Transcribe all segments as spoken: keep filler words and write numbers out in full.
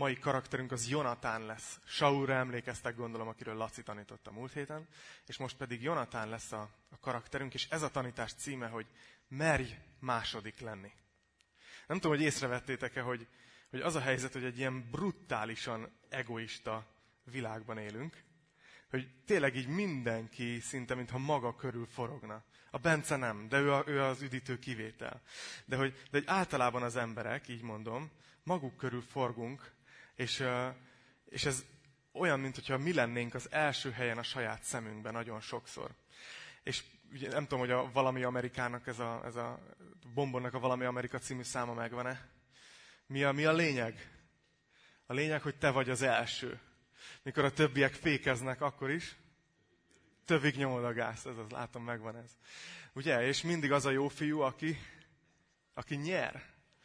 mai karakterünk az Jonatán lesz. Saulra emlékeztek, gondolom, akiről Laci tanított a múlt héten, és most pedig Jonatán lesz a, a karakterünk, és ez a tanítás címe, hogy merj második lenni. Nem tudom, hogy észrevettétek-e, hogy, hogy az a helyzet, hogy egy ilyen brutálisan egoista világban élünk, hogy tényleg így mindenki szinte, mintha maga körül forogna. A Bence nem, de ő, a, ő az üdítő kivétel. De hogy, de hogy általában az emberek, így mondom, maguk körül forgunk, és, és ez olyan, mintha mi lennénk az első helyen a saját szemünkben nagyon sokszor. És ugye nem tudom, hogy a Valami Amerikának ez a, ez a Bombonnak a Valami Amerika című száma megvan-e. Mi a, mi a lényeg? A lényeg, hogy te vagy az első. Mikor a többiek fékeznek, akkor is tövig nyomod a gázt. Ez az, látom, megvan ez. Ugye? És mindig az a jó fiú, aki, aki nyer.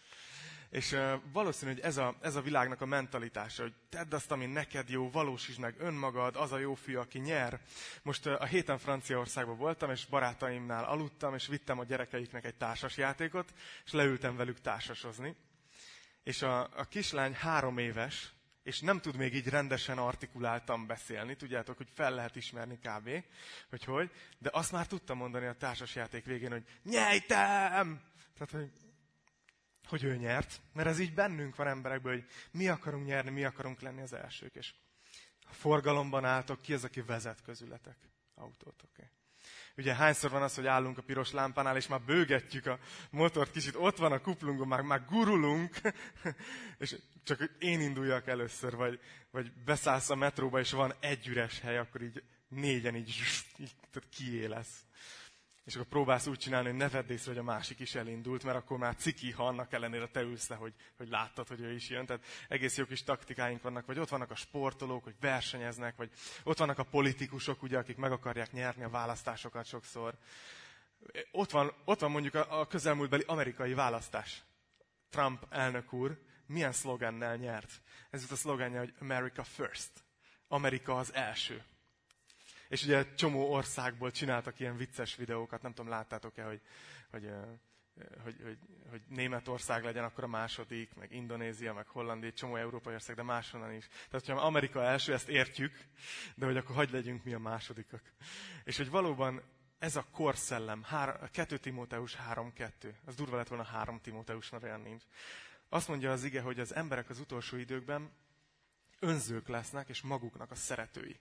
És uh, valószínű, hogy ez a, ez a világnak a mentalitása, hogy tedd azt, ami neked jó, valósítsd meg önmagad, az a jó fiú, aki nyer. Most uh, a héten Franciaországban voltam, és barátaimnál aludtam, és vittem a gyerekeiknek egy társasjátékot, és leültem velük társasozni. És a, a kislány három éves, és nem tud még így rendesen artikuláltan beszélni. Tudjátok, hogy fel lehet ismerni kb. Hogy hogy. De azt már tudtam mondani a társasjáték végén, hogy nyertem! Tehát, hogy, hogy ő nyert. Mert ez így bennünk van emberekből, hogy mi akarunk nyerni, mi akarunk lenni az elsők. És ha forgalomban álltok, ki az, aki vezet közületek? Autót, oké. Okay. Ugye hányszor van az, hogy állunk a piros lámpánál, és már bőgetjük a motort kicsit, ott van a kuplungon, már, már gurulunk, és csak én induljak először, vagy, vagy beszállsz a metróba, és van egy üres hely, akkor így négyen így, így kiélesz. És akkor próbálsz úgy csinálni, hogy ne vedd észre, hogy a másik is elindult, mert akkor már ciki, ha annak ellenére te ülsz le, hogy, hogy láttad, hogy ő is jön. Tehát egész jó kis taktikáink vannak, vagy ott vannak a sportolók, hogy versenyeznek, vagy ott vannak a politikusok, ugye, akik meg akarják nyerni a választásokat sokszor. Ott van, ott van mondjuk a, a közelmúltbeli amerikai választás. Trump elnök úr milyen szlogennel nyert? Ez itt a szlogenje, hogy America First. Amerika az első. És ugye csomó országból csináltak ilyen vicces videókat, nem tudom, láttátok-e, hogy, hogy, hogy, hogy, hogy Németország legyen akkor a második, meg Indonézia, meg Hollandia, csomó európai ország, de máshonnan is. Tehát, hogyha Amerika első, ezt értjük, de hogy akkor hadd legyünk mi a másodikak. És hogy valóban ez a korszellem, kettő Timóteus három kettő, az durva lett volna három Timóteus, mert olyan nincs. Azt mondja az ige, hogy az emberek az utolsó időkben önzők lesznek, és maguknak a szeretői.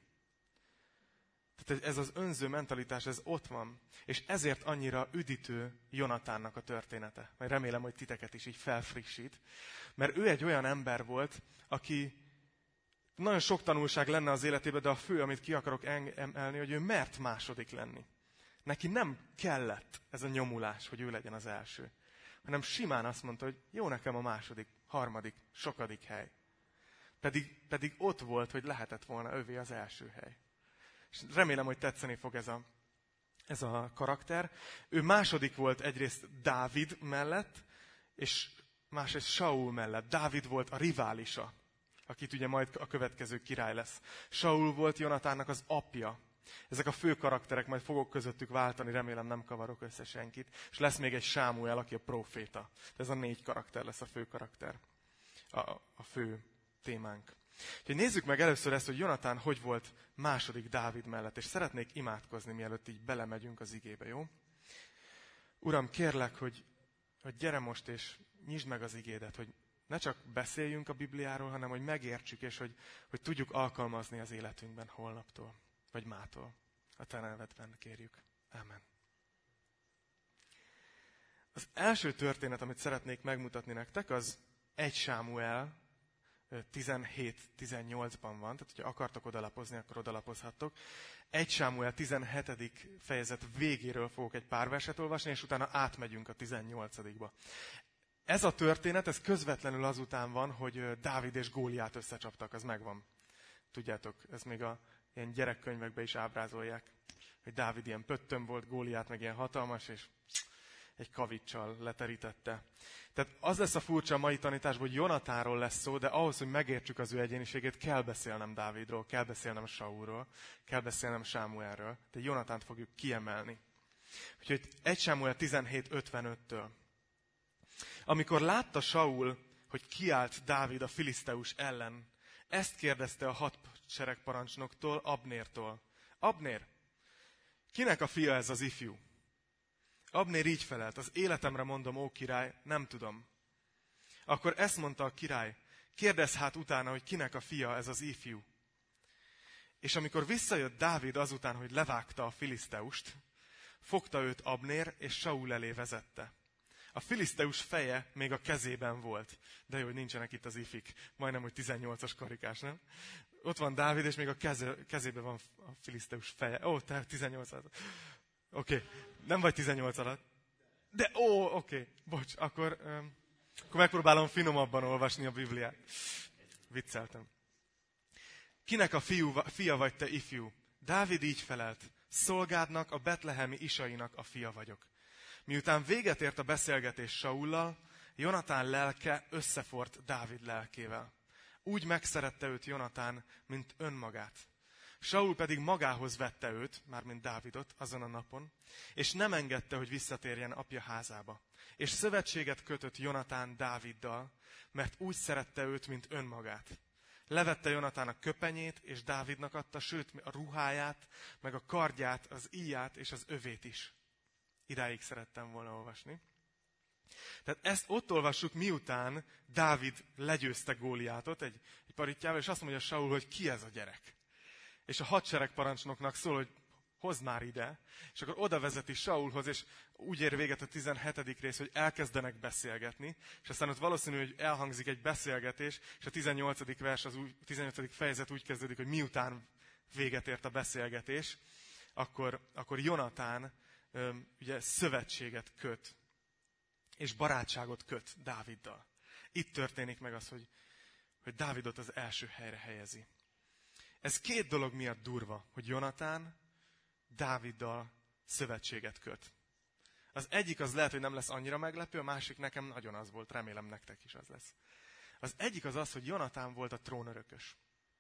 Tehát ez az önző mentalitás, ez ott van. És ezért annyira üdítő Jonatánnak a története. Majd remélem, hogy titeket is így felfrissít. Mert ő egy olyan ember volt, aki nagyon sok tanulság lenne az életében, de a fő, amit ki akarok emelni, hogy ő mert második lenni. Neki nem kellett ez a nyomulás, hogy ő legyen az első. Hanem simán azt mondta, hogy jó nekem a második, harmadik, sokadik hely. Pedig, pedig ott volt, hogy lehetett volna övé az első hely. És remélem, hogy tetszeni fog ez a, ez a karakter. Ő második volt egyrészt Dávid mellett, és másrészt Saul mellett. Dávid volt a riválisa, akit ugye majd a következő király lesz. Saul volt Jonatánnak az apja. Ezek a fő karakterek, majd fogok közöttük váltani, remélem nem kavarok össze senkit. És lesz még egy Sámuel, aki a próféta. Ez a négy karakter lesz a fő karakter. A, a fő témánk. Úgyhogy nézzük meg először ezt, hogy Jonatán hogy volt második Dávid mellett. És szeretnék imádkozni, mielőtt így belemegyünk az igébe, jó? Uram, kérlek, hogy, hogy gyere most és nyisd meg az igédet, hogy ne csak beszéljünk a Bibliáról, hanem hogy megértsük, és hogy, hogy tudjuk alkalmazni az életünkben holnaptól, vagy mától. A te nevedben kérjük. Ámen. Az első történet, amit szeretnék megmutatni nektek, az egy Sámuel tizenhét tizennyolcban van, tehát hogyha akartok odalapozni, akkor odalapozhattok. egy Sámuel tizenhetedik fejezet végéről fogok egy pár verset olvasni, és utána átmegyünk a tizennyolcadikba. Ez a történet, ez közvetlenül azután van, hogy Dávid és Góliát összecsaptak, az megvan. Tudjátok, ez még a ilyen gyerekkönyvekben is ábrázolják, hogy Dávid ilyen pöttöm volt, Góliát meg ilyen hatalmas, és egy kavicsal leterítette. Tehát az lesz a furcsa a mai tanításban, hogy Jonatánról lesz szó, de ahhoz, hogy megértsük az ő egyéniségét, kell beszélnem Dávidról, kell beszélnem Saulról, kell beszélnem Sámuelről. De Jonatánt fogjuk kiemelni. Úgyhogy egy Sámuel tizenhét ötvenöttől. Amikor látta Saul, hogy kiállt Dávid a filiszteus ellen. Ezt kérdezte a hadseregparancsnoktól, Abnértól. Abnér, kinek a fia ez az ifjú? Abnér így felelt, az életemre mondom, ó király, nem tudom. Akkor ezt mondta a király, kérdezz hát utána, hogy kinek a fia ez az ifjú. És amikor visszajött Dávid azután, hogy levágta a filiszteust, fogta őt Abnér, és Saul elé vezette. A filiszteus feje még a kezében volt. De jó, hogy nincsenek itt az ifik. Majdnem, hogy tizennyolcas karikás, nem? Ott van Dávid, és még a keze, kezében van a filiszteus feje. Ó, te tizennyolc alatt. Oké, okay. Nem vagy tizennyolc alatt. De ó, oké, okay. Bocs, akkor, um, akkor megpróbálom finomabban olvasni a Bibliát. Vicceltem. Kinek a fiú, fia vagy te, ifjú? Dávid így felelt. Szolgádnak, a betlehemi Isainak a fia vagyok. Miután véget ért a beszélgetés Saullal, Jonatán lelke összefort Dávid lelkével. Úgy megszerette őt Jonatán, mint önmagát. Saul pedig magához vette őt, mármint Dávidot azon a napon, és nem engedte, hogy visszatérjen apja házába. És szövetséget kötött Jonatán Dáviddal, mert úgy szerette őt, mint önmagát. Levette Jonatán a köpenyét, és Dávidnak adta, sőt a ruháját, meg a kardját, az íját és az övét is. Idáig szerettem volna olvasni. Tehát ezt ott olvassuk, miután Dávid legyőzte Góliátot egy, egy paritjával, és azt mondja Saul, hogy ki ez a gyerek. És a hadseregparancsnoknak szól, hogy hozd már ide, és akkor oda vezeti Saulhoz, és úgy ér véget a tizenhetedik rész, hogy elkezdenek beszélgetni, és aztán ott valószínű, hogy elhangzik egy beszélgetés, és a tizennyolcadik vers, az új, tizennyolcadik fejezet úgy kezdődik, hogy miután véget ért a beszélgetés, akkor, akkor Jonatán öm, ugye szövetséget köt, és barátságot köt Dáviddal. Itt történik meg az, hogy, hogy Dávidot az első helyre helyezi. Ez két dolog miatt durva, hogy Jonatán Dáviddal szövetséget köt. Az egyik az lehet, hogy nem lesz annyira meglepő, a másik nekem nagyon az volt, remélem nektek is az lesz. Az egyik az az, hogy Jonatán volt a trónörökös.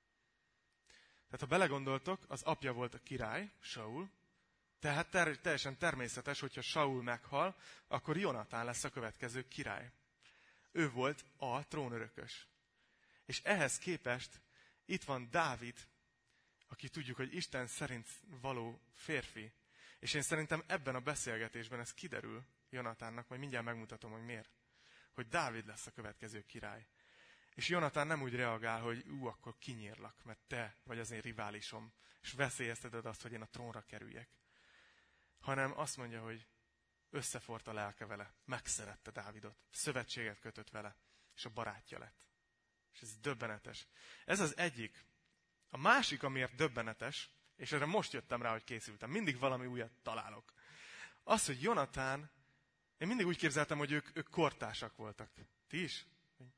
Tehát ha belegondoltok, az apja volt a király, Saul, tehát ter- teljesen természetes, hogyha Saul meghal, akkor Jonatán lesz a következő király. Ő volt a trónörökös. És ehhez képest itt van Dávid, aki tudjuk, hogy Isten szerint való férfi. És én szerintem ebben a beszélgetésben ez kiderül Jonatánnak, majd mindjárt megmutatom, hogy miért. Hogy Dávid lesz a következő király. És Jonatán nem úgy reagál, hogy ú, akkor kinyírlak, mert te vagy az én riválisom, és veszélyezteted azt, hogy én a trónra kerüljek. Hanem azt mondja, hogy összefort a lelke vele, megszerette Dávidot, szövetséget kötött vele, és a barátja lett. És ez döbbenetes. Ez az egyik. A másik, amiért döbbenetes, és erre most jöttem rá, hogy készültem, mindig valami újat találok. Az, hogy Jonatán, én mindig úgy képzeltem, hogy ők, ők kortársak voltak. Ti is?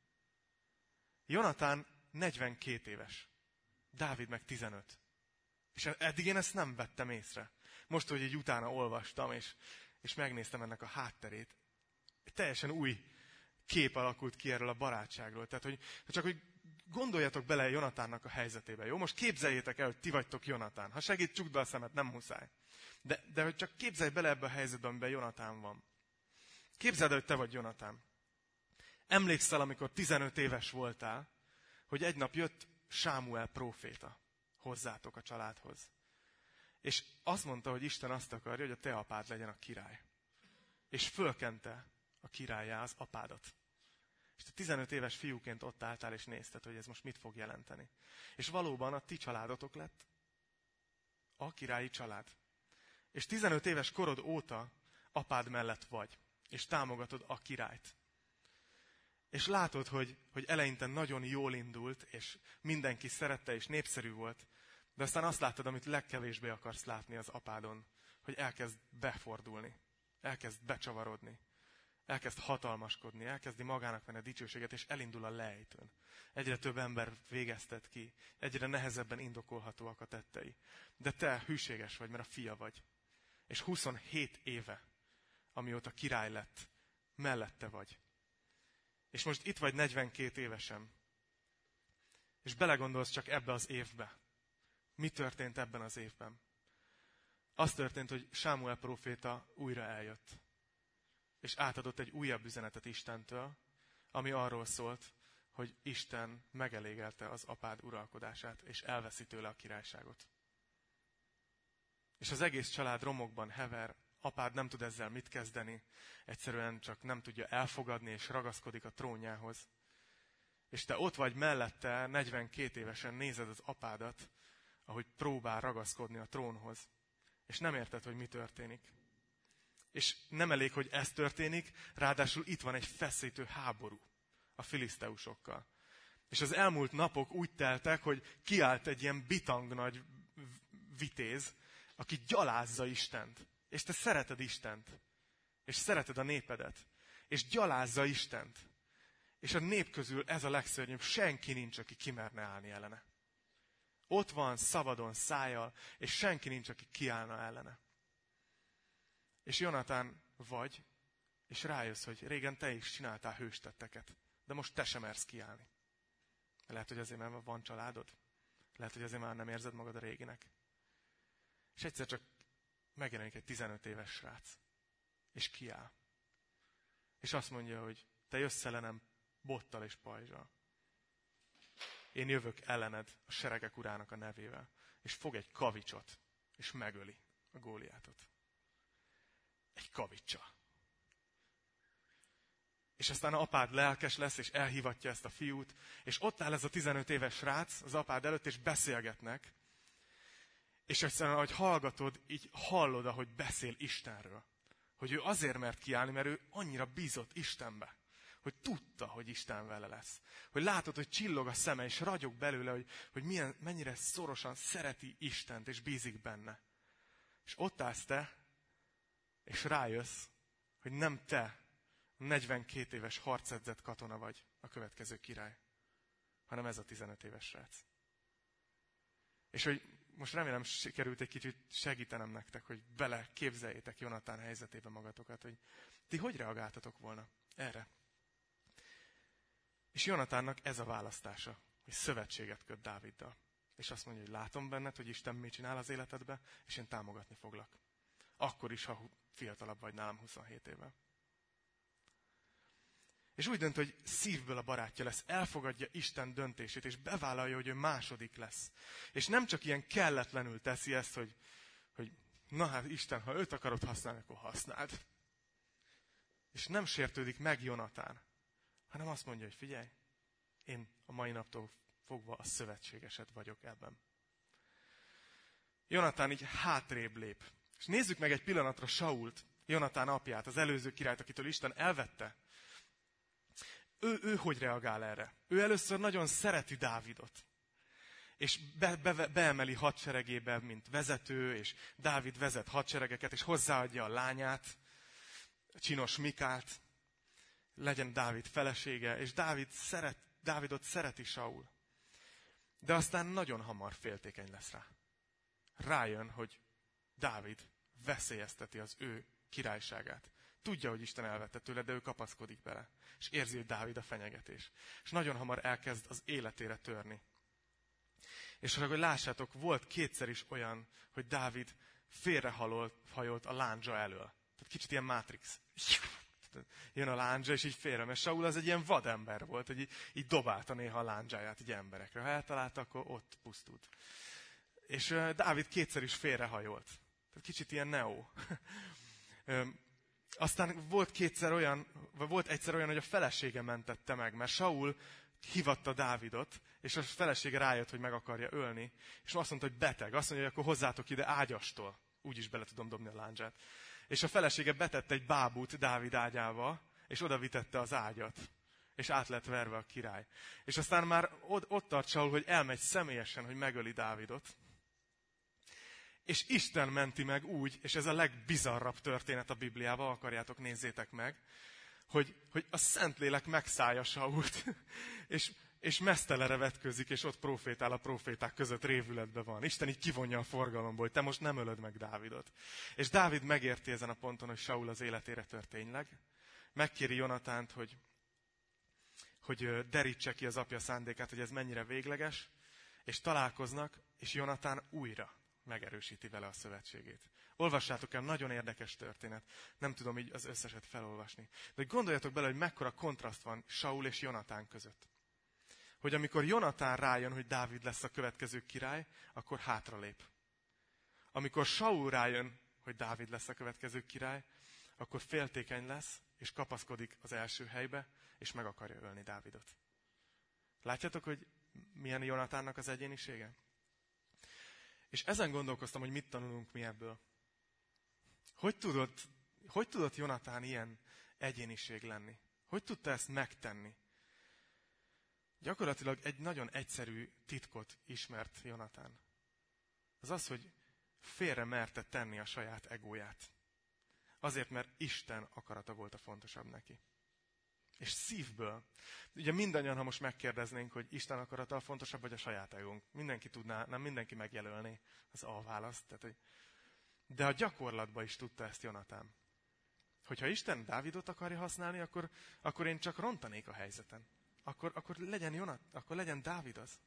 Jonatán negyvenkét éves. Dávid meg tizenöt. És eddig én ezt nem vettem észre. Most, hogy így utána olvastam, és, és megnéztem ennek a hátterét, teljesen új kép alakult ki erről a barátságról. Tehát, hogy csak hogy gondoljatok bele Jonatánnak a helyzetébe, jó? Most képzeljétek el, hogy ti vagytok Jonatán. Ha segít, csukd be a szemet, nem muszáj. De, de hogy csak képzelj bele ebbe a helyzetbe, amiben Jonatán van. Képzeld el, hogy te vagy Jonatán. Emlékszel, amikor tizenöt éves voltál, hogy egy nap jött Sámuel próféta hozzátok a családhoz. És azt mondta, hogy Isten azt akarja, hogy a te apád legyen a király. És fölkente a királlyá az apádat. És te tizenöt éves fiúként ott álltál, és nézted, hogy ez most mit fog jelenteni. És valóban a ti családotok lett a királyi család. És tizenöt éves korod óta apád mellett vagy, és támogatod a királyt. És látod, hogy, hogy eleinte nagyon jól indult, és mindenki szerette, és népszerű volt, de aztán azt láttad, amit legkevésbé akarsz látni az apádon, hogy elkezd befordulni, elkezd becsavarodni, elkezd hatalmaskodni, elkezdi magának venni a dicsőséget, és elindul a lejtőn. Egyre több ember végeztet ki, egyre nehezebben indokolhatóak a tettei. De te hűséges vagy, mert a fia vagy. És huszonhét éve, amióta király lett, mellette vagy. És most itt vagy negyvenkét évesen. És belegondolsz csak ebbe az évbe. Mi történt ebben az évben? Az történt, hogy Sámuel próféta újra eljött. És átadott egy újabb üzenetet Istentől, ami arról szólt, hogy Isten megelégelte az apád uralkodását, és elveszi tőle a királyságot. És az egész család romokban hever, apád nem tud ezzel mit kezdeni, egyszerűen csak nem tudja elfogadni, és ragaszkodik a trónjához. És te ott vagy mellette, negyvenkét évesen nézed az apádat, ahogy próbál ragaszkodni a trónhoz. És nem érted, hogy mi történik. És nem elég, hogy ez történik, ráadásul itt van egy feszítő háború a filiszteusokkal. És az elmúlt napok úgy teltek, hogy kiállt egy ilyen bitang nagy vitéz, aki gyalázza Istent. És te szereted Istent. És szereted a népedet. És gyalázza Istent. És a nép közül ez a legszörnyűbb, senki nincs, aki kimerne állni ellene. Ott van szabadon szájjal, és senki nincs, aki kiállna ellene. És Jonatán vagy, és rájössz, hogy régen te is csináltál hőstetteket, de most te sem mersz kiállni. Lehet, hogy azért, mert van családod. Lehet, hogy azért már nem érzed magad a réginek. És egyszer csak megjelenik egy tizenöt éves srác, és kiáll. És azt mondja, hogy te jössz ellenem bottal és pajzsal. Én jövök ellened a seregek urának a nevével, és fog egy kavicsot, és megöli a Góliátot. Egy kavicsa. És aztán a apád lelkes lesz, és elhívatja ezt a fiút, és ott áll ez a tizenöt éves srác az apád előtt, és beszélgetnek. És egyszerűen, ahogy hallgatod, így hallod, ahogy beszél Istenről. Hogy ő azért mert kiállni, mert ő annyira bízott Istenbe. Hogy tudta, hogy Isten vele lesz. Hogy látod, hogy csillog a szeme, és ragyog belőle, hogy, hogy milyen, mennyire szorosan szereti Istent, és bízik benne. És ott állsz te, és rájössz, hogy nem te negyvenkét éves harcedzett katona vagy a következő király, hanem ez a tizenöt éves srác. És hogy most remélem sikerült egy kicsit segítenem nektek, hogy bele képzeljétek Jonatán helyzetébe magatokat, hogy ti hogy reagáltatok volna erre. És Jonatánnak ez a választása, hogy szövetséget köt Dáviddal. És azt mondja, hogy látom benned, hogy Isten mit csinál az életedbe, és én támogatni foglak. Akkor is, ha fiatalabb vagy nálam huszonhét évvel. És úgy dönt, hogy szívből a barátja lesz, elfogadja Isten döntését, és bevállalja, hogy ő második lesz. És nem csak ilyen kelletlenül teszi ezt, hogy, hogy na hát Isten, ha őt akarod használni, akkor használd. És nem sértődik meg Jonatán, hanem azt mondja, hogy figyelj, én a mai naptól fogva a szövetségesed vagyok ebben. Jonatán így hátrébb lép. És nézzük meg egy pillanatra Sault, Jonatán apját, az előző királyt, akitől Isten elvette. Ő, ő hogy reagál erre? Ő először nagyon szereti Dávidot. És be, be, beemeli hadseregébe, mint vezető, és Dávid vezet hadseregeket, és hozzáadja a lányát, a csinos Mikált, legyen Dávid felesége, és Dávid szeret, Dávidot szereti Saul. De aztán nagyon hamar féltékeny lesz rá. Rájön, hogy Dávid veszélyezteti az ő királyságát. Tudja, hogy Isten elvette tőle, de ő kapaszkodik bele. És érzi, hogy Dávid a fenyegetés. És nagyon hamar elkezd az életére törni. És hogy lássátok, volt kétszer is olyan, hogy Dávid félrehajolt a lándzsa elől. Tehát kicsit ilyen Matrix. Jön a lándzsa, és így félre, mert Saul az egy ilyen vadember volt, hogy így, így dobálta néha a lándzsáját így emberekre. Ha eltalálta, akkor ott pusztult. És uh, Dávid kétszer is félrehajolt. Tehát kicsit ilyen Neo. Aztán volt kétszer olyan, vagy volt egyszer olyan, hogy a felesége mentette meg, mert Saul hívatta Dávidot, és a felesége rájött, hogy meg akarja ölni, és azt mondta, hogy beteg. Azt mondja, hogy akkor hozzátok ide ágyastól. Úgyis bele tudom dobni a lándzsát. És a felesége betette egy bábút Dávid ágyába, és oda vitette az ágyat. És át lett verve a király. És aztán már ott, ott tart Saul, hogy elmegy személyesen, hogy megöli Dávidot. És Isten menti meg úgy, és ez a legbizarrabb történet a Bibliában, akarjátok, nézzétek meg, hogy, hogy a Szentlélek megszállja Sault, és, és mesztelere vetközik, és ott profétál a proféták között, révületben van. Isten így kivonja a forgalomból, hogy te most nem ölöd meg Dávidot. És Dávid megérti ezen a ponton, hogy Saul az életére tört tényleg. Megkéri Jonatánt, hogy, hogy derítse ki az apja szándékát, hogy ez mennyire végleges, és találkoznak, és Jonatán újra megerősíti vele a szövetségét. Olvassátok el, nagyon érdekes történet. Nem tudom így az összeset felolvasni. De gondoljatok bele, hogy mekkora kontraszt van Saul és Jonatán között. Hogy amikor Jonatán rájön, hogy Dávid lesz a következő király, akkor hátralép. Amikor Saul rájön, hogy Dávid lesz a következő király, akkor féltékeny lesz, és kapaszkodik az első helybe, és meg akarja ölni Dávidot. Látjátok, hogy milyen Jonatánnak az egyénisége? És ezen gondolkoztam, hogy mit tanulunk mi ebből. Hogy tudott, hogy tudott Jonatán ilyen egyéniség lenni? Hogy tudta ezt megtenni? Gyakorlatilag egy nagyon egyszerű titkot ismert Jonatán. Az az, hogy félre merte tenni a saját egóját. Azért, mert Isten akarata volt a fontosabb neki. És szívből. Ugye mindannyian, ha most megkérdeznénk, hogy Isten akarata a fontosabb, vagy a saját egónk. Mindenki tudná, nem mindenki megjelölné az A választ. Tehát, hogy... De a gyakorlatban is tudta ezt Jonatán. Hogyha Isten Dávidot akarja használni, akkor, akkor én csak rontanék a helyzeten. Akkor, akkor legyen Jonat, akkor legyen Dávid az.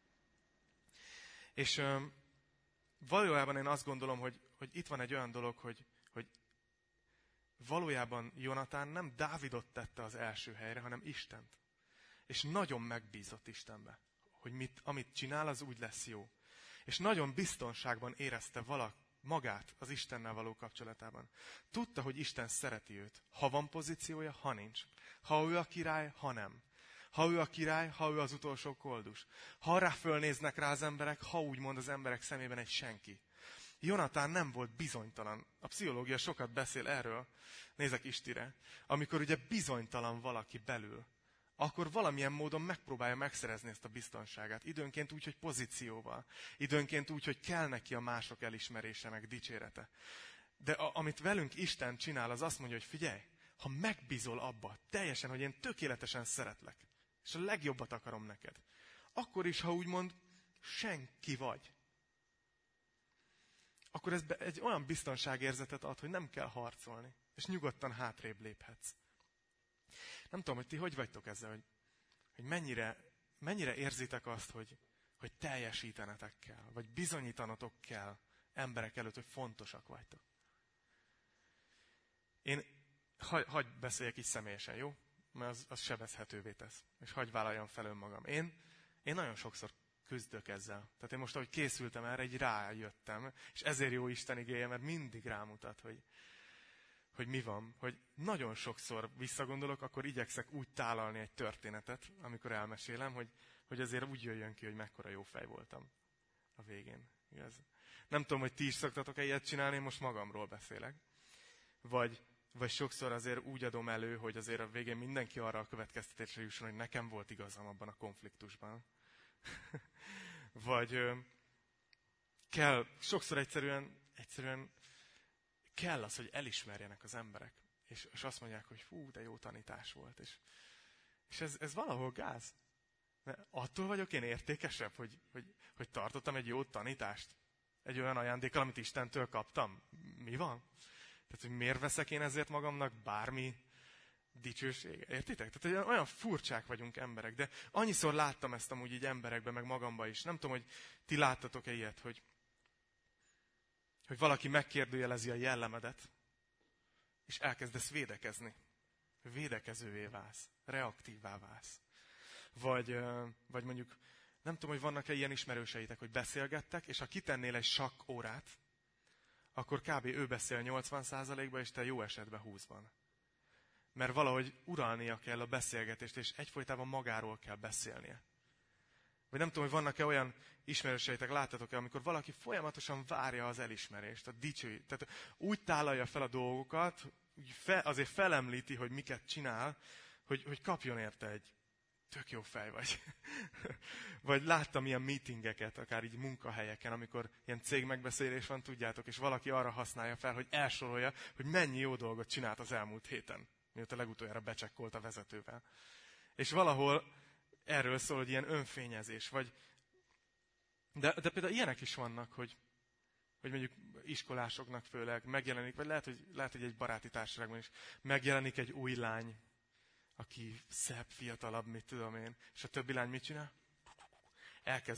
És öm, valójában én azt gondolom, hogy, hogy itt van egy olyan dolog, hogy, hogy valójában Jonatán nem Dávidot tette az első helyre, hanem Istent. És nagyon megbízott Istenbe, hogy mit, amit csinál, az úgy lesz jó. És nagyon biztonságban érezte valak magát az Istennel való kapcsolatában. Tudta, hogy Isten szereti őt. Ha van pozíciója, ha nincs. Ha ő a király, ha nem. Ha ő a király, ha ő az utolsó koldus. Ha rá fölnéznek rá az emberek, ha úgymond az emberek szemében egy senki. Jonatán nem volt bizonytalan. A pszichológia sokat beszél erről. Nézek Istire. Amikor ugye bizonytalan valaki belül, akkor valamilyen módon megpróbálja megszerezni ezt a biztonságát. Időnként úgy, hogy pozícióval. Időnként úgy, hogy kell neki a mások elismerése, meg dicsérete. De a, amit velünk Isten csinál, az azt mondja, hogy figyelj, ha megbízol abba, teljesen, hogy én tökéletesen szeretlek, és a legjobbat akarom neked, akkor is, ha úgymond senki vagy, akkor ez egy olyan biztonságérzetet ad, hogy nem kell harcolni, és nyugodtan hátrébb léphetsz. Nem tudom, hogy ti hogy vagytok ezzel, hogy, hogy mennyire, mennyire érzitek azt, hogy, hogy teljesítenetek kell, vagy bizonyítanotok kell emberek előtt, hogy fontosak vagytok. Én hagy, hagy beszéljek így személyesen, jó? Mert az, az sebezhetővé tesz. És hagy vállaljam fel önmagam. Én, én nagyon sokszor küzdök ezzel. Tehát én most, ahogy készültem erre, így rájöttem. És ezért jó Isten igéje, mert mindig rámutat, hogy, hogy mi van. Hogy nagyon sokszor visszagondolok, akkor igyekszek úgy tálalni egy történetet, amikor elmesélem, hogy, hogy azért úgy jöjjön ki, hogy mekkora jó fej voltam a végén. Igaz? Nem tudom, hogy ti is szoktatok-e ilyet csinálni, én most magamról beszélek. Vagy, vagy sokszor azért úgy adom elő, hogy azért a végén mindenki arra a következtetésre jusson, hogy nekem volt igazam abban a konfliktusban. Vagy ö, kell, sokszor egyszerűen, egyszerűen kell az, hogy elismerjenek az emberek. És, és azt mondják, hogy fú, de jó tanítás volt. És, és ez, ez valahol gáz. De attól vagyok én értékesebb, hogy, hogy, hogy tartottam egy jó tanítást. Egy olyan ajándékkal, amit Istentől kaptam. Mi van? Tehát, hogy miért veszek én ezért magamnak bármi dicsőséget? Értitek? Tehát olyan furcsák vagyunk emberek. De annyiszor láttam ezt amúgy így emberekben, meg magamban is. Nem tudom, hogy ti láttatok-e ilyet, hogy, hogy valaki megkérdőjelezi a jellemedet, és elkezdesz védekezni. Védekezővé válsz. Reaktívvá válsz. Vagy, vagy mondjuk, nem tudom, hogy vannak-e ilyen ismerőseitek, hogy beszélgettek, és ha kitennél egy sakk órát, akkor kb. Ő beszél nyolcvan százalékban, és te jó esetben húszban. Mert valahogy uralnia kell a beszélgetést, és egyfolytában magáról kell beszélnie. Vagy nem tudom, hogy vannak-e olyan ismerőseitek, láttatok-e, amikor valaki folyamatosan várja az elismerést, a dicsőt. Tehát úgy tálalja fel a dolgokat, úgy fe, azért felemlíti, hogy miket csinál, hogy, hogy kapjon érte egy tök jó fej vagy. Vagy láttam ilyen meetingeket, akár így munkahelyeken, amikor ilyen cég megbeszélés van, tudjátok, és valaki arra használja fel, hogy elsorolja, hogy mennyi jó dolgot csinált az elmúlt héten, mióta legutoljára becsekkolt a vezetővel. És valahol erről szól, hogy ilyen önfényezés, vagy... De, de például ilyenek is vannak, hogy, hogy mondjuk iskolásoknak főleg megjelenik, vagy lehet, hogy, lehet, hogy egy baráti társaságban is megjelenik egy új lány, aki szebb, fiatalabb, mit tudom én, és a többi lány mit csinál? Elkezd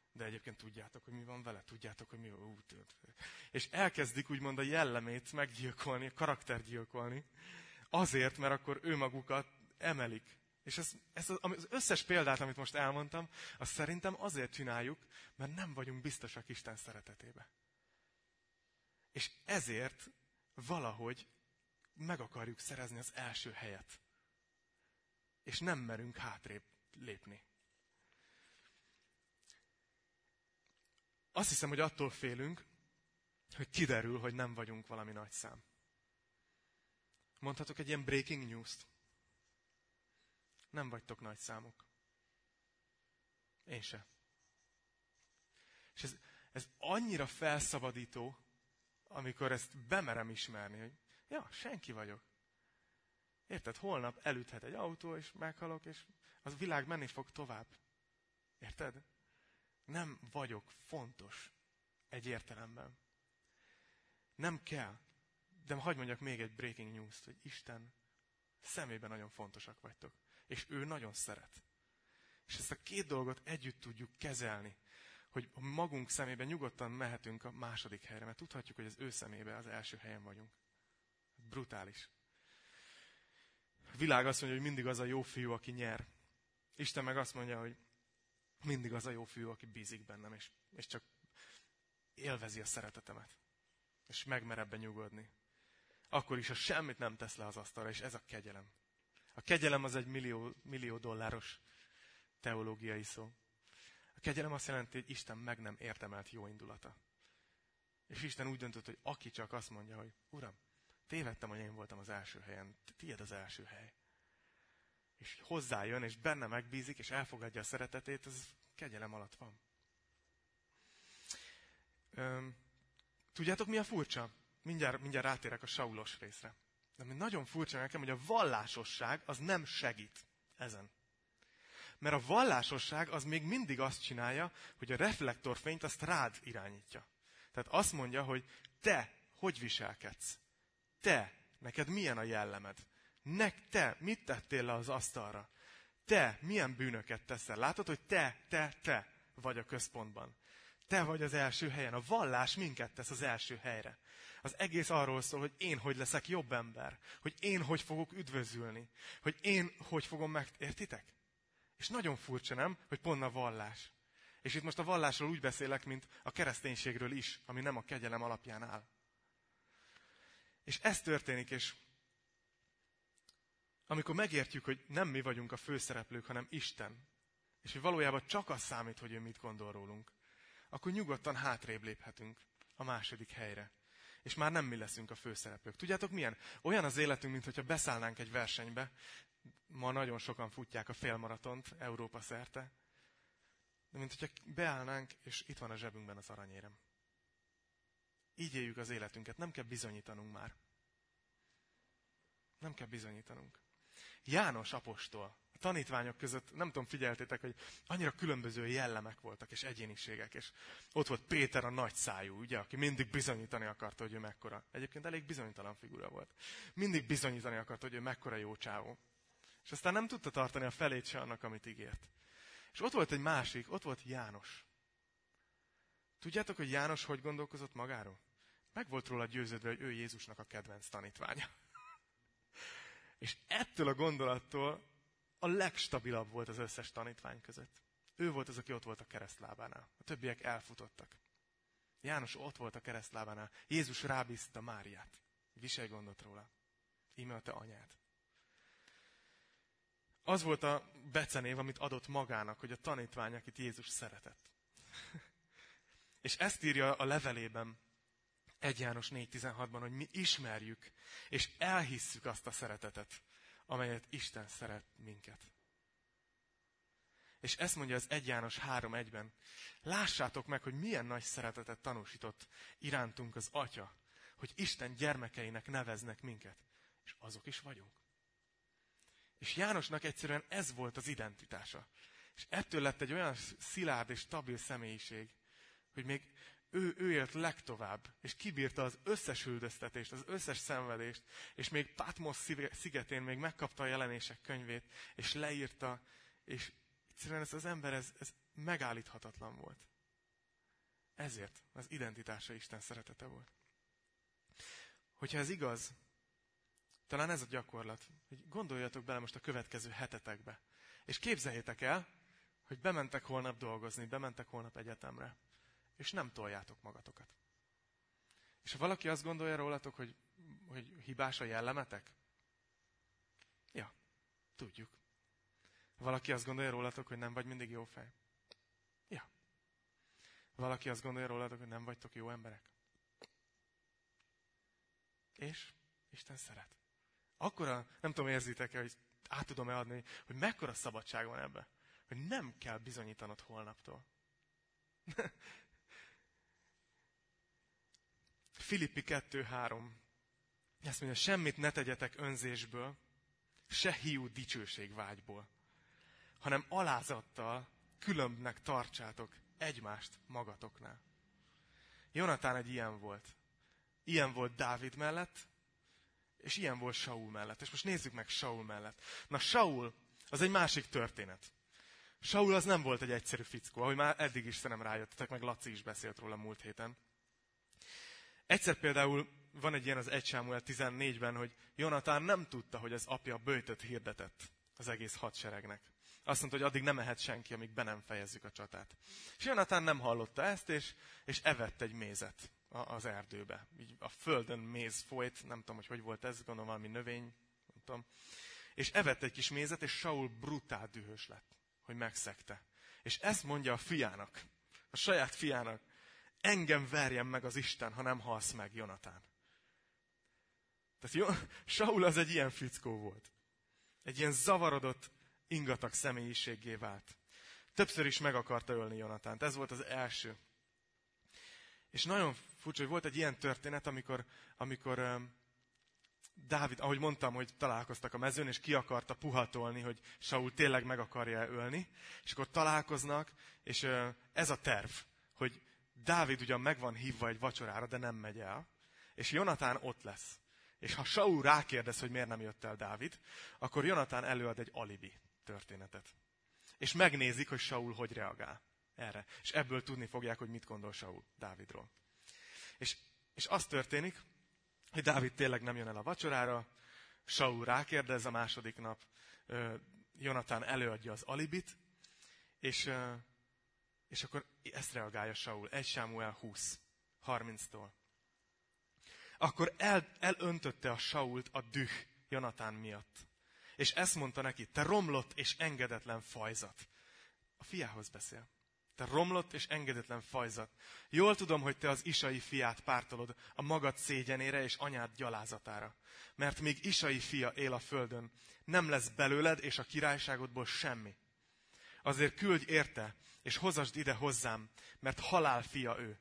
De egyébként tudjátok, hogy mi van vele, tudjátok, hogy mi van. Ú, és elkezdik úgymond a jellemét meggyilkolni, a karaktergyilkolni, azért, mert akkor ő magukat emelik. És ez, ez az, az összes példát, amit most elmondtam, azt szerintem azért csináljuk, mert nem vagyunk biztosak Isten szeretetébe. És ezért valahogy meg akarjuk szerezni az első helyet. És nem merünk hátrébb lépni. Azt hiszem, hogy attól félünk, hogy kiderül, hogy nem vagyunk valami nagy szám. Mondhatok egy ilyen breaking news-t? Nem vagytok nagy számok. Én se. És ez, ez annyira felszabadító, amikor ezt bemerem ismerni, hogy ja, senki vagyok. Érted? Holnap elüthet egy autó, és meghalok, és az világ menni fog tovább. Érted? Nem vagyok fontos egy értelemben. Nem kell. De hadd mondjak még egy breaking news-t, hogy Isten szemében nagyon fontosak vagytok. És ő nagyon szeret. És ezt a két dolgot együtt tudjuk kezelni, hogy magunk szemében nyugodtan mehetünk a második helyre, mert tudhatjuk, hogy az ő szemében az első helyen vagyunk. Brutális. A világ azt mondja, hogy mindig az a jó fiú, aki nyer. Isten meg azt mondja, hogy mindig az a jó fiú, aki bízik bennem, és, és csak élvezi a szeretetemet. És megmer ebben nyugodni. Akkor is, ha semmit nem tesz le az asztalra, és ez a kegyelem. A kegyelem az egy millió, millió dolláros teológiai szó. A kegyelem azt jelenti, hogy Isten meg nem érdemelt jó indulata. És Isten úgy döntött, hogy aki csak azt mondja, hogy Uram, tévedtem, hogy én voltam az első helyen, tiéd az első hely. És hozzájön, és benne megbízik, és elfogadja a szeretetét, az kegyelem alatt van. Öm, tudjátok, mi a furcsa? Mindjárt, mindjárt rátérek a Saulos részre. De ami nagyon furcsa nekem, hogy a vallásosság az nem segít ezen. Mert a vallásosság az még mindig azt csinálja, hogy a reflektorfényt azt rád irányítja. Tehát azt mondja, hogy te hogy viselkedsz? Te, neked milyen a jellemed? Nek te, mit tettél le az asztalra? Te, milyen bűnöket teszel? Látod, hogy te, te, te vagy a központban. Te vagy az első helyen. A vallás minket tesz az első helyre. Az egész arról szól, hogy én hogy leszek jobb ember. Hogy én hogy fogok üdvözülni. Hogy én hogy fogom meg... Értitek? És nagyon furcsa, nem? Hogy pont a vallás. És itt most a vallásról úgy beszélek, mint a kereszténységről is, ami nem a kegyelem alapján áll. És ez történik, és amikor megértjük, hogy nem mi vagyunk a főszereplők, hanem Isten, és hogy valójában csak az számít, hogy ő mit gondol rólunk, akkor nyugodtan hátrébb léphetünk a második helyre. És már nem mi leszünk a főszereplők. Tudjátok milyen? Olyan az életünk, mintha beszállnánk egy versenybe. Ma nagyon sokan futják a félmaratont Európa szerte. De mintha beállnánk, és itt van a zsebünkben az aranyérem. Így éljük az életünket. Nem kell bizonyítanunk már. Nem kell bizonyítanunk. János apostol, a tanítványok között, nem tudom, figyeltétek, hogy annyira különböző jellemek voltak, és egyéniségek. És ott volt Péter a nagy szájú, ugye, aki mindig bizonyítani akarta, hogy ő mekkora. Egyébként elég bizonytalan figura volt. Mindig bizonyítani akarta, hogy ő mekkora jó csávó. És aztán nem tudta tartani a felét se annak, amit ígért. És ott volt egy másik, ott volt János. Tudjátok, hogy János hogy gondolkozott magáról? Meg volt róla győződve, hogy ő Jézusnak a kedvenc tanítványa. És ettől a gondolattól a legstabilabb volt az összes tanítvány között. Ő volt az, aki ott volt a keresztlábánál. A többiek elfutottak. János ott volt a keresztlábánál. Jézus rábízta Máriát. Viselj gondot róla. Íme a te anyád. Az volt a becenév, amit adott magának, hogy a tanítvány, akit Jézus szeretett. És ezt írja a levelében, egy János négy tizenhatban, hogy mi ismerjük, és elhisszük azt a szeretetet, amelyet Isten szeret minket. És ezt mondja az egy János három egyben. Lássátok meg, hogy milyen nagy szeretetet tanúsított irántunk az Atya, hogy Isten gyermekeinek neveznek minket. És azok is vagyunk. És Jánosnak egyszerűen ez volt az identitása. És ettől lett egy olyan szilárd és stabil személyiség, hogy még ő, ő élt legtovább, és kibírta az összes üldöztetést, az összes szenvedést, és még Patmos szigetén még megkapta a jelenések könyvét, és leírta, és egyszerűen ez az ember, ez, ez megállíthatatlan volt. Ezért az identitása Isten szeretete volt. Hogyha ez igaz, talán ez a gyakorlat, hogy gondoljatok bele most a következő hetetekbe. És képzeljétek el, hogy bementek holnap dolgozni, bementek holnap egyetemre, és nem toljátok magatokat. És ha valaki azt gondolja rólatok, hogy, hogy hibás a jellemetek, ja, tudjuk. Ha valaki azt gondolja rólatok, hogy nem vagy mindig jó fej, ja. Valaki azt gondolja rólatok, hogy nem vagytok jó emberek. És Isten szeret. Akkora, nem tudom, érzitek-e, hogy át tudom-e adni, hogy mekkora szabadság van ebben. Hogy nem kell bizonyítanod holnaptól. Filippi kettő három. Ezt mondja, semmit ne tegyetek önzésből, se hiú dicsőségvágyból, hanem alázattal különbnek tartsátok egymást magatoknál. Jonatán egy ilyen volt. Ilyen volt Dávid mellett, és ilyen volt Saul mellett. És most nézzük meg Saul mellett. Na, Saul az egy másik történet. Saul az nem volt egy egyszerű fickó, ahogy már eddig is szerintem rájöttetek, meg Laci is beszélt róla múlt héten. Egyszer például van egy ilyen az egy Sámuel tizennégyben, hogy Jonatán nem tudta, hogy az apja böjtöt hirdetett az egész hadseregnek. Azt mondta, hogy addig nem ehet senki, amíg be nem fejezzük a csatát. És Jonatán nem hallotta ezt, és, és evett egy mézet az erdőbe. Így a földön méz folyt, nem tudom, hogy hogy volt ez, gondolom valami növény, nem tudom. És evett egy kis mézet, és Saul brutál dühös lett, hogy megszegte. És ezt mondja a fiának, a saját fiának, engem verjen meg az Isten, ha nem halsz meg, Jonatán. Tehát jó, Saul az egy ilyen fickó volt. Egy ilyen zavarodott, ingatag személyiséggé vált. Többször is meg akarta ölni Jonatánt. Ez volt az első. És nagyon furcsa, hogy volt egy ilyen történet, amikor, amikor um, Dávid, ahogy mondtam, hogy találkoztak a mezőn, és ki akarta puhatolni, hogy Saul tényleg meg akarja ölni. És akkor találkoznak, és uh, ez a terv, hogy Dávid ugyan meg van hívva egy vacsorára, de nem megy el. És Jonatán ott lesz. És ha Saul rákérdez, hogy miért nem jött el Dávid, akkor Jonatán előad egy alibi történetet. És megnézik, hogy Saul hogy reagál erre. És ebből tudni fogják, hogy mit gondol Saul Dávidról. És, és az történik, hogy Dávid tényleg nem jön el a vacsorára, Saul rákérdez a második nap, Jonatán előadja az alibit, és, és akkor ezt reagálja Saul. egy Sámuel húsz, harminctól. Akkor el, elöntötte a Sault a düh Jonatán miatt. És ezt mondta neki, te romlott és engedetlen fajzat. A fiához beszél. Te romlott és engedetlen fajzat. Jól tudom, hogy te az Isai fiát pártolod a magad szégyenére és anyád gyalázatára. Mert míg Isai fia él a földön, nem lesz belőled és a királyságodból semmi. Azért küldj érte, és hozasd ide hozzám, mert halál fia ő.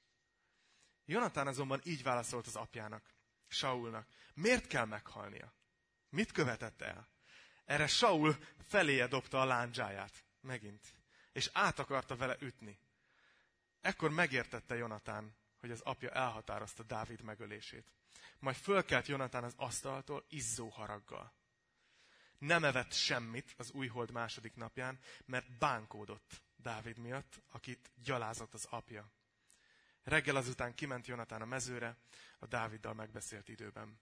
Jonatán azonban így válaszolt az apjának, Saulnak. Miért kell meghalnia? Mit követett el? Erre Saul feléje dobta a lándzsáját. Megint. És át akarta vele ütni. Ekkor megértette Jonatán, hogy az apja elhatározta Dávid megölését. Majd fölkelt Jonatán az asztaltól izzó haraggal. Nem evett semmit az újhold második napján, mert bánkódott Dávid miatt, akit gyalázott az apja. Reggel azután kiment Jonatán a mezőre, a Dáviddal megbeszélt időben.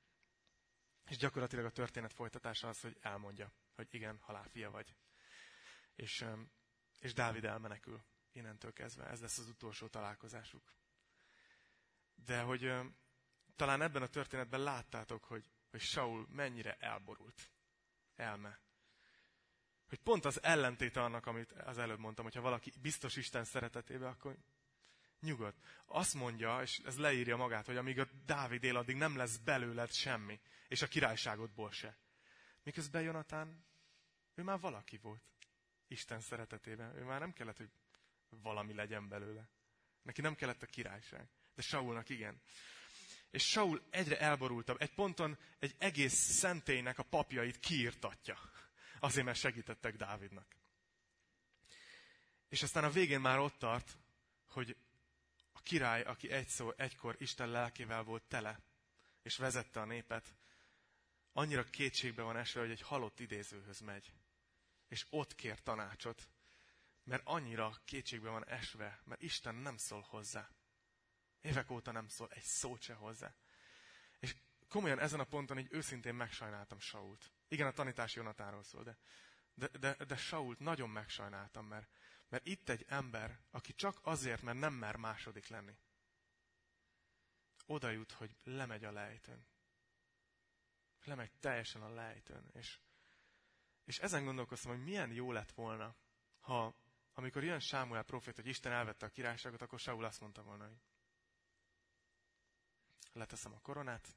És gyakorlatilag a történet folytatása az, hogy elmondja, hogy igen, halálfia vagy. És, és Dávid elmenekül innentől kezdve. Ez lesz az utolsó találkozásuk. De hogy talán ebben a történetben láttátok, hogy, hogy Saul mennyire elborult. Elme. Hogy pont az ellentéte annak, amit az előbb mondtam, hogyha valaki biztos Isten szeretetébe, akkor nyugodt. Azt mondja, és ez leírja magát, hogy amíg a Dávid él, addig nem lesz belőled semmi, és a királyságodból se. Miközben Jonatán, ő már valaki volt. Isten szeretetében. Ő már nem kellett, hogy valami legyen belőle. Neki nem kellett a királyság. De Saulnak igen. És Saul egyre elborultabb. Egy ponton egy egész szentélynek a papjait kiirtatja. Azért, mert segítettek Dávidnak. És aztán a végén már ott tart, hogy a király, aki egy szó, egykor Isten lelkével volt tele, és vezette a népet, annyira kétségbe van esve, hogy egy halott idézőhöz megy. És ott kér tanácsot, mert annyira kétségbe van esve, mert Isten nem szól hozzá. Évek óta nem szól egy szót se hozzá. És komolyan ezen a ponton így őszintén megsajnáltam Sault. Igen, a tanítás Jonatánról szól, de, de, de, de Sault nagyon megsajnáltam, mert, mert itt egy ember, aki csak azért, mert nem mer második lenni, oda jut, hogy lemegy a lejtőn. Lemegy teljesen a lejtőn. És, és ezen gondolkoztam, hogy milyen jó lett volna, ha amikor jön Sámuel prófét, hogy Isten elvette a királyságot, akkor Saul azt mondta volna, hogy leteszem a koronát,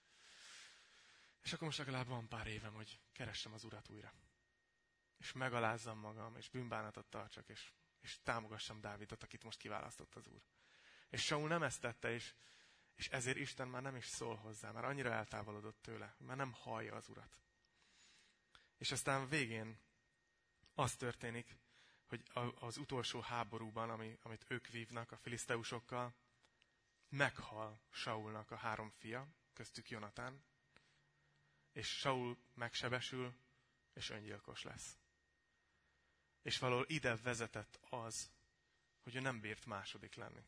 és akkor most legalább van pár évem, hogy keressem az Urat újra. És megalázzam magam, és bűnbánatot tartsak, és, és támogassam Dávidot, akit most kiválasztott az Úr. És Saul nem ezt tette, és, és ezért Isten már nem is szól hozzá, már annyira eltávolodott tőle, hogy már nem hallja az Urat. És aztán végén az történik, hogy az utolsó háborúban, ami, amit ők vívnak a filiszteusokkal, meghal Saulnak a három fia, köztük Jonatán, és Saul megsebesül, és öngyilkos lesz. És valahol ide vezetett az, hogy ő nem bírt második lenni.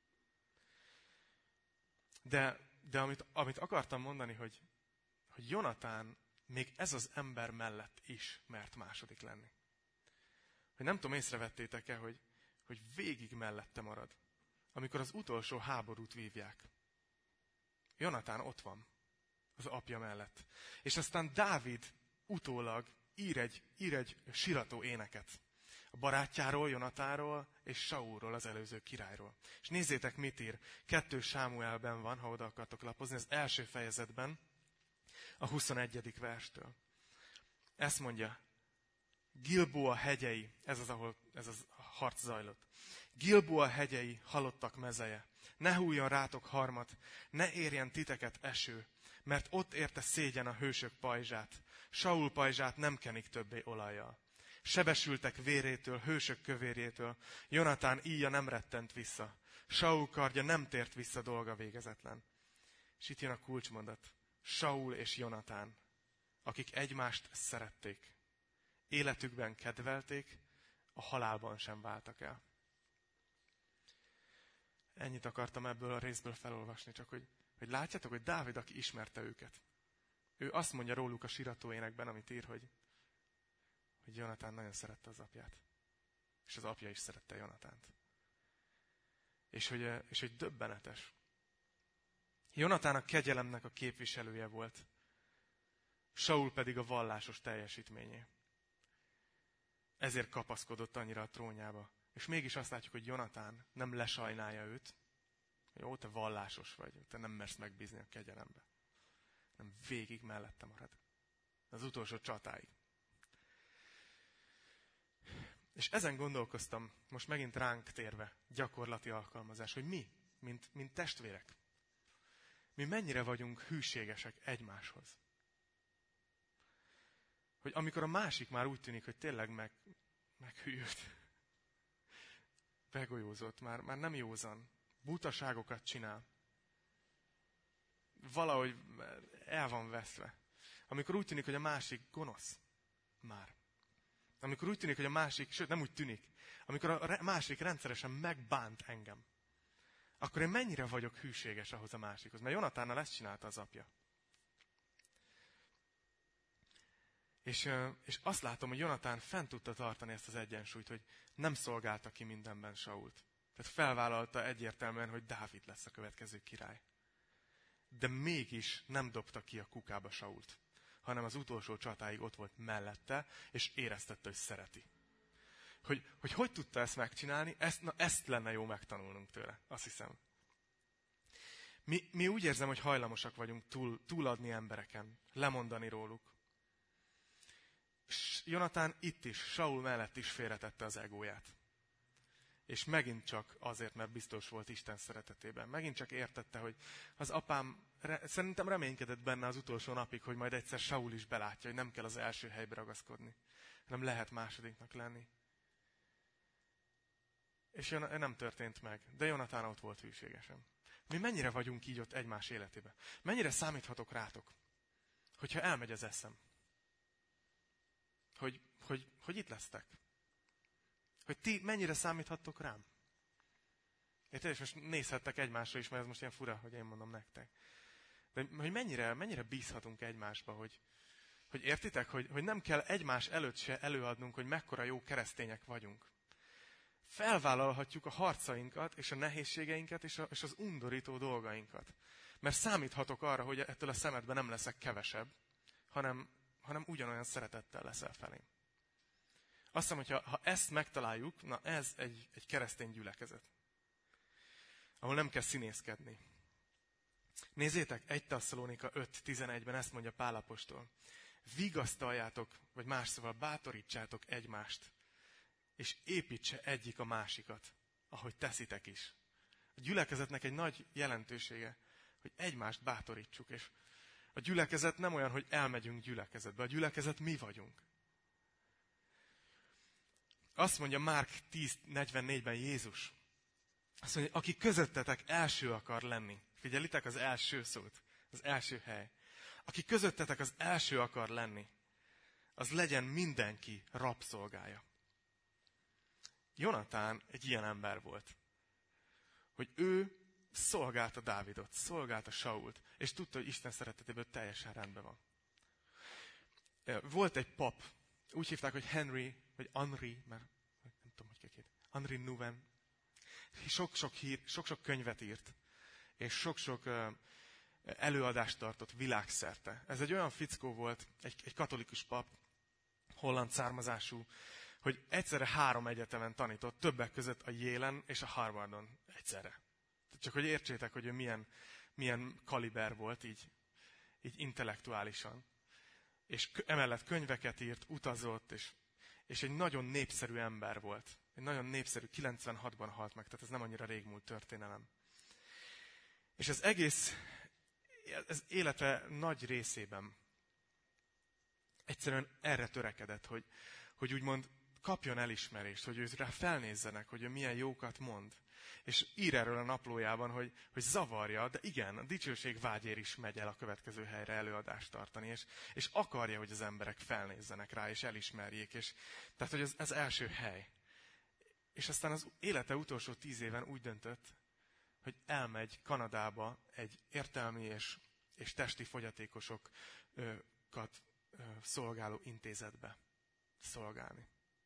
De, de amit, amit akartam mondani, hogy, hogy Jonatán még ez az ember mellett is mert második lenni. Hogy nem tudom, észrevettétek-e, hogy, hogy végig mellette marad. Amikor az utolsó háborút vívják. Jonatán ott van az apja mellett. És aztán Dávid utólag ír egy, ír egy sirató éneket. A barátjáról, Jonatánról és Saulról, az előző királyról. És nézzétek, mit ír. Kettő Sámuelben van, ha oda akartok lapozni, az első fejezetben, a huszonegyedik verstől. Ezt mondja, Gilboa hegyei, ez az, ahol ez az a harc zajlott. Gilboa hegyei, halottak mezeje. Ne hújjon rátok harmat, ne érjen titeket eső, mert ott érte szégyen a hősök pajzsát. Saul pajzsát nem kenik többé olajjal. Sebesültek vérétől, hősök kövérjétől. Jonatán íja nem rettent vissza. Saul kardja nem tért vissza dolga végezetlen. És itt jön a kulcsmondat. Saul és Jonatán, akik egymást szerették. Életükben kedvelték, a halálban sem váltak el. Ennyit akartam ebből a részből felolvasni, csak hogy, hogy látjátok, hogy Dávid, aki ismerte őket. Ő azt mondja róluk a sirató énekben, amit ír, hogy, hogy Jonatán nagyon szerette az apját. És az apja is szerette Jonatánt. És hogy, és hogy döbbenetes. Jonatán a kegyelemnek a képviselője volt. Saul pedig a vallásos teljesítményé. Ezért kapaszkodott annyira a trónjába. És mégis azt látjuk, hogy Jonatán nem lesajnálja őt. Jó, te vallásos vagy, te nem mersz megbízni a kegyelembe. Nem végig mellette marad. Az utolsó csatáig. És ezen gondolkoztam, most megint ránk térve, gyakorlati alkalmazás, hogy mi, mint, mint testvérek, mi mennyire vagyunk hűségesek egymáshoz. Hogy amikor a másik már úgy tűnik, hogy tényleg meg, meghűlt, begolyózott, már, már nem józan, butaságokat csinál, valahogy el van veszve. Amikor úgy tűnik, hogy a másik gonosz, már. Amikor úgy tűnik, hogy a másik, sőt nem úgy tűnik, amikor a másik rendszeresen megbánt engem, akkor én mennyire vagyok hűséges ahhoz a másikhoz. Mert Jonatánnal ezt csinálta az apja. És, és azt látom, hogy Jonatán fent tudta tartani ezt az egyensúlyt, hogy nem szolgálta ki mindenben Sault. Tehát felvállalta egyértelműen, hogy Dávid lesz a következő király. De mégis nem dobta ki a kukába Sault, hanem az utolsó csatáig ott volt mellette, és éreztette, hogy szereti. Hogy hogy, hogy tudta ezt megcsinálni, ezt, na, ezt lenne jó megtanulnunk tőle, azt hiszem. Mi, mi úgy érzem, hogy hajlamosak vagyunk túl, túladni embereken, lemondani róluk. Jonatán itt is, Saul mellett is félretette az egóját. És megint csak azért, mert biztos volt Isten szeretetében. Megint csak értette, hogy az apám re, szerintem reménykedett benne az utolsó napig, hogy majd egyszer Saul is belátja, hogy nem kell az első helybe ragaszkodni, hanem lehet másodiknak lenni. És nem történt meg, de Jonatán ott volt hűségesen. Mi mennyire vagyunk így ott egymás életébe? Mennyire számíthatok rátok, hogyha elmegy az eszem? Hogy, hogy, hogy itt lesztek. Hogy ti mennyire számíthattok rám. Érted? És most nézhettek egymásra is, mert ez most ilyen fura, hogy én mondom nektek. De hogy mennyire, mennyire bízhatunk egymásba, hogy, hogy értitek, hogy, hogy nem kell egymás előtt se előadnunk, hogy mekkora jó keresztények vagyunk. Felvállalhatjuk a harcainkat, és a nehézségeinket, és, a, és az undorító dolgainkat. Mert számíthatok arra, hogy ettől a szemedben nem leszek kevesebb, hanem, hanem ugyanolyan szeretettel leszel felém. Azt hiszem, hogy ha ezt megtaláljuk, na ez egy, egy keresztény gyülekezet. Ahol nem kell színészkedni. Nézzétek, egy Tesszalonika öt tizenegyben ezt mondja Pál apostol. Vigasztaljátok, vagy más szóval bátorítsátok egymást, és építse egyik a másikat, ahogy teszitek is. A gyülekezetnek egy nagy jelentősége, hogy egymást bátorítsuk, és a gyülekezet nem olyan, hogy elmegyünk gyülekezetbe. A gyülekezet mi vagyunk. Azt mondja Márk tíz negyvennégyben Jézus. Azt mondja, aki közöttetek első akar lenni. Figyelitek az első szót, az első hely. Aki közöttetek az első akar lenni, az legyen mindenki rabszolgája. Jonatán egy ilyen ember volt, hogy ő szolgálta Dávidot, szolgálta Sault, és tudta, hogy Isten szeretetéből teljesen rendben van. Volt egy pap, úgy hívták, hogy Henry, vagy Henry, mert nem tudom, hogy kikét, Henry Nouwen. Sok-sok hír, sok-sok könyvet írt, és sok-sok előadást tartott világszerte. Ez egy olyan fickó volt, egy, egy katolikus pap, holland származású, hogy egyszerre három egyetemen tanított, többek között a Yale-en és a Harvardon egyszerre. Csak hogy értsétek, hogy ő milyen, milyen kaliber volt így, így intellektuálisan. És emellett könyveket írt, utazott, és, és egy nagyon népszerű ember volt. Egy nagyon népszerű, kilencvenhatban halt meg, tehát ez nem annyira régmúlt történelem. És az egész, ez élete nagy részében egyszerűen erre törekedett, hogy, hogy úgymond kapjon elismerést, hogy ő rá felnézzenek, hogy ő milyen jókat mond. És ír erről a naplójában, hogy, hogy zavarja, de igen, a dicsőség vágyér is megy el a következő helyre előadást tartani, és, és akarja, hogy az emberek felnézzenek rá, és elismerjék. És, tehát, hogy ez, ez első hely. És aztán az élete utolsó tíz éven úgy döntött, hogy elmegy Kanadába egy értelmi és, és testi fogyatékosokat szolgáló intézetbe szolgálni.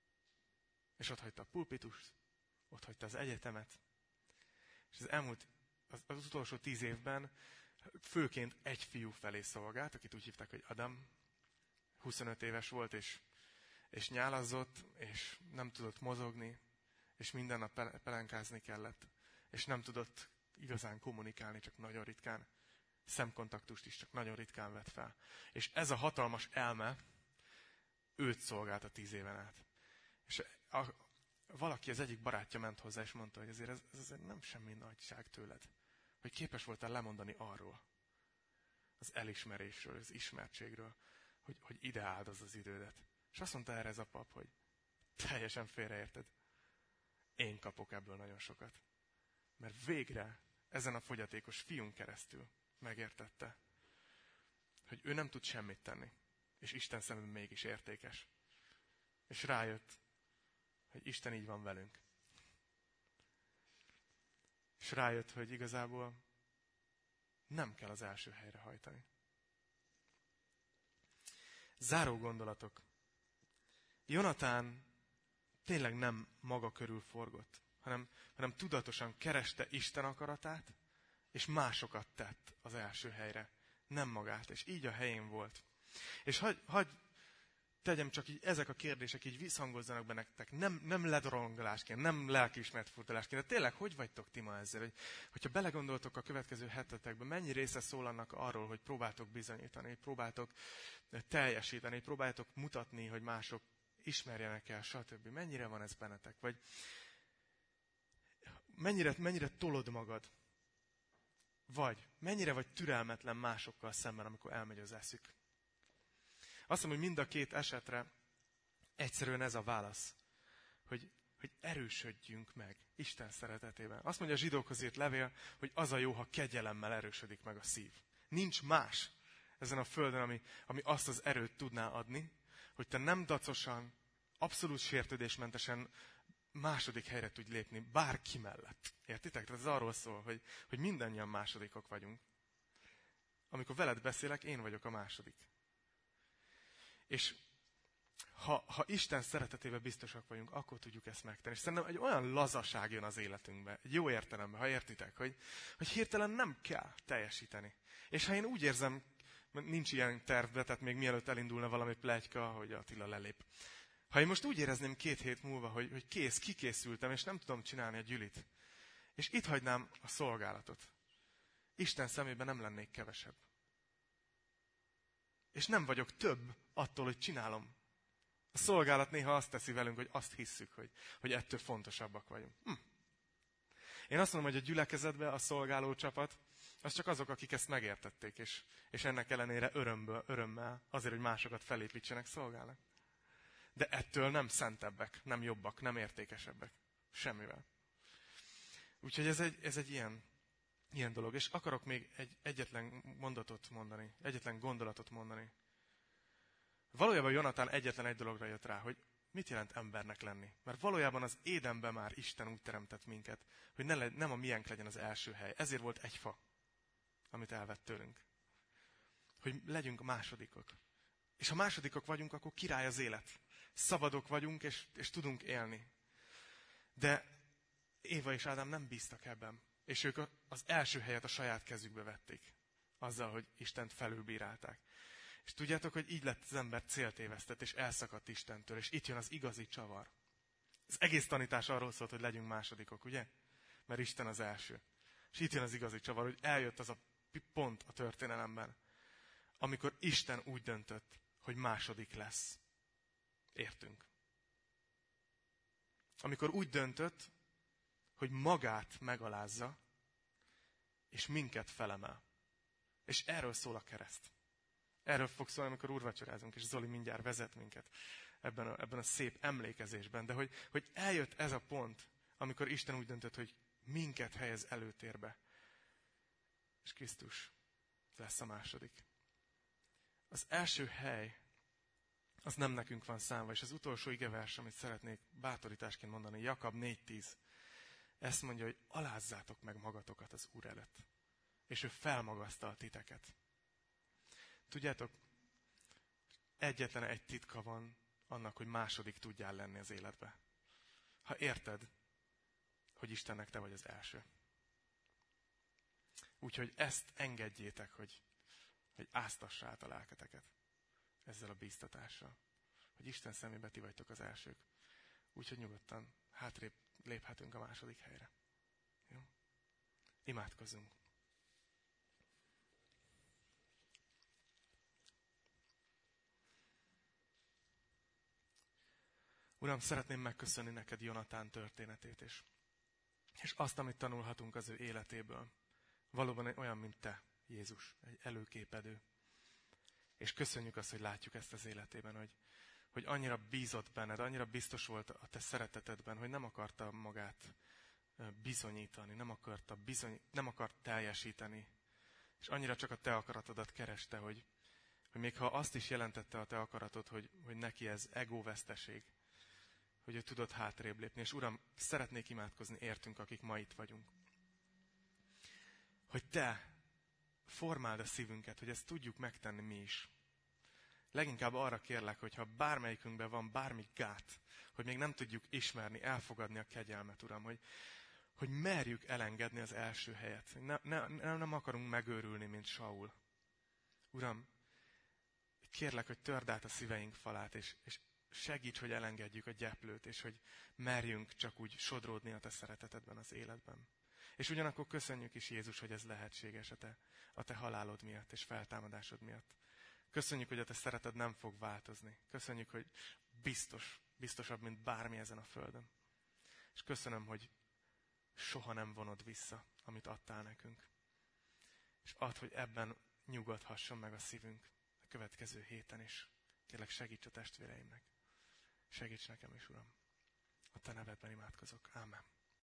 És ott hagyta a pulpitust, ott hagyta az egyetemet, és az elmúlt, az, az utolsó tíz évben főként egy fiú felé szolgált, akit úgy hívták, hogy Adam. huszonöt éves volt, és, és nyálazott, és nem tudott mozogni, és minden nap pelenkázni kellett, és nem tudott igazán kommunikálni, csak nagyon ritkán. Szemkontaktust is csak nagyon ritkán vett fel. És ez a hatalmas elme őt szolgálta tíz éven át. És a, valaki, az egyik barátja ment hozzá, és mondta, hogy azért ez, ez azért nem semmi nagyság tőled. Hogy képes voltál lemondani arról, az elismerésről, az ismertségről, hogy, hogy ide áldoz az idődet. És azt mondta erre ez a pap, hogy teljesen félreérted. Én kapok ebből nagyon sokat. Mert végre ezen a fogyatékos fiún keresztül megértette, hogy ő nem tud semmit tenni, és Isten szemében mégis értékes. És rájött, hogy Isten így van velünk. És rájött, hogy igazából nem kell az első helyre hajtani. Záró gondolatok. Jonatán tényleg nem maga körül forgott, hanem, hanem tudatosan kereste Isten akaratát, és másokat tett az első helyre. Nem magát, és így a helyén volt. És hagy, hagy tegyem csak így, ezek a kérdések így visszhangozzanak be nektek. Nem, nem ledorongolásként, nem lelkiismeretfurdalásként. De tényleg, hogy vagytok ti ma ezzel? Hogy, hogyha belegondoltok a következő hetetekben, mennyi része szól annak arról, hogy próbáltok bizonyítani, hogy próbáltok teljesíteni, hogy próbáltok mutatni, hogy mások ismerjenek el, stb. Mennyire van ez bennetek? Vagy mennyire, mennyire tolod magad? Vagy mennyire vagy türelmetlen másokkal szemben, amikor elmegy az eszük? Azt mondom, hogy mind a két esetre egyszerűen ez a válasz, hogy, hogy erősödjünk meg Isten szeretetében. Azt mondja a zsidókhoz írt levél, hogy az a jó, ha kegyelemmel erősödik meg a szív. Nincs más ezen a földön, ami, ami azt az erőt tudná adni, hogy te nem dacosan, abszolút sértődésmentesen második helyre tudj lépni bárki mellett. Értitek? Tehát ez arról szól, hogy, hogy mindannyian másodikok vagyunk. Amikor veled beszélek, én vagyok a második. És ha, ha Isten szeretetében biztosak vagyunk, akkor tudjuk ezt megtenni. És szerintem egy olyan lazaság jön az életünkbe, egy jó értelemben, ha értitek, hogy, hogy hirtelen nem kell teljesíteni. És ha én úgy érzem, nincs ilyen tervbe, tehát még mielőtt elindulna valami pletyka, hogy Attila lelép. Ha én most úgy érezném két hét múlva, hogy, hogy kész, kikészültem, és nem tudom csinálni a gyülit, és itt hagynám a szolgálatot, Isten szemében nem lennék kevesebb. És nem vagyok több attól, hogy csinálom. A szolgálat néha azt teszi velünk, hogy azt hisszük, hogy, hogy ettől fontosabbak vagyunk. Hm. Én azt mondom, hogy a gyülekezetben a szolgáló csapat, az csak azok, akik ezt megértették, és, és ennek ellenére örömből, örömmel, azért, hogy másokat felépítsenek, szolgálnak. De ettől nem szentebbek, nem jobbak, nem értékesebbek. Semmivel. Úgyhogy ez egy, ez egy ilyen, ilyen dolog. És akarok még egy egyetlen mondatot mondani, egyetlen gondolatot mondani. Valójában Jonatán egyetlen egy dologra jött rá, hogy mit jelent embernek lenni. Mert valójában az Édenben már Isten úgy teremtett minket, hogy ne le, nem a miénk legyen az első hely. Ezért volt egy fa, amit elvett tőlünk. Hogy legyünk másodikok. És ha másodikok vagyunk, akkor király az élet. Szabadok vagyunk, és, és tudunk élni. De Éva és Ádám nem bíztak ebben. És ők az első helyet a saját kezükbe vették. Azzal, hogy Istent felülbírálták. És tudjátok, hogy így lett az ember céltévesztett, és elszakadt Istentől. És itt jön az igazi csavar. Az egész tanítás arról szólt, hogy legyünk másodikok, ugye? Mert Isten az első. És itt jön az igazi csavar, hogy eljött az a pont a történelemben, amikor Isten úgy döntött, hogy második lesz. Értünk. Amikor úgy döntött, hogy magát megalázza, és minket felemel. És erről szól a kereszt. Erről fog szólni, amikor úrvacsorázunk, és Zoli mindjárt vezet minket ebben a, ebben a szép emlékezésben. De hogy, hogy eljött ez a pont, amikor Isten úgy döntött, hogy minket helyez előtérbe. És Krisztus lesz a második. Az első hely, az nem nekünk van számva, és az utolsó igevers, amit szeretnék bátorításként mondani, Jakab négy tíz. Ezt mondja, hogy alázzátok meg magatokat az Úr előtt. És ő felmagasztal titeket. Tudjátok, egyetlen egy titka van annak, hogy második tudjál lenni az életbe. Ha érted, hogy Istennek te vagy az első. Úgyhogy ezt engedjétek, hogy, hogy áztassa át a lelketeket ezzel a bíztatással. Hogy Isten szemébe ti vagytok az elsők. Úgyhogy nyugodtan hátrébb léphetünk a második helyre. Jó? Imádkozzunk. Uram, szeretném megköszönni neked Jonatán történetét is. És azt, amit tanulhatunk az ő életéből. Valóban olyan, mint te, Jézus, egy előképedő. És köszönjük azt, hogy látjuk ezt az életében, hogy, hogy annyira bízott benned, annyira biztos volt a te szeretetedben, hogy nem akarta magát bizonyítani, nem akarta, bizony, nem akart teljesíteni. És annyira csak a te akaratodat kereste, hogy, hogy még ha azt is jelentette a te akaratod, hogy, hogy neki ez egóveszteség, hogy ő tudott hátrébb lépni. És Uram, szeretnék imádkozni értünk, akik ma itt vagyunk. Hogy te formáld a szívünket, hogy ezt tudjuk megtenni mi is. Leginkább arra kérlek, hogy ha bármelyikünkben van bármi gát, hogy még nem tudjuk ismerni, elfogadni a kegyelmet, Uram, hogy, hogy merjük elengedni az első helyet. Ne, ne, nem akarunk megőrülni, mint Saul. Uram, kérlek, hogy törd át a szíveink falát, és, és segíts, hogy elengedjük a gyeplőt, és hogy merjünk csak úgy sodródni a te szeretetedben az életben. És ugyanakkor köszönjük is, Jézus, hogy ez lehetséges a te, a te halálod miatt és feltámadásod miatt. Köszönjük, hogy a te szereted nem fog változni. Köszönjük, hogy biztos, biztosabb, mint bármi ezen a földön. És köszönöm, hogy soha nem vonod vissza, amit adtál nekünk. És add, hogy ebben nyugodhasson meg a szívünk a következő héten is. Kérlek, segíts a testvéreimnek. Segíts nekem is, Uram. A te nevedben imádkozok. Ámen.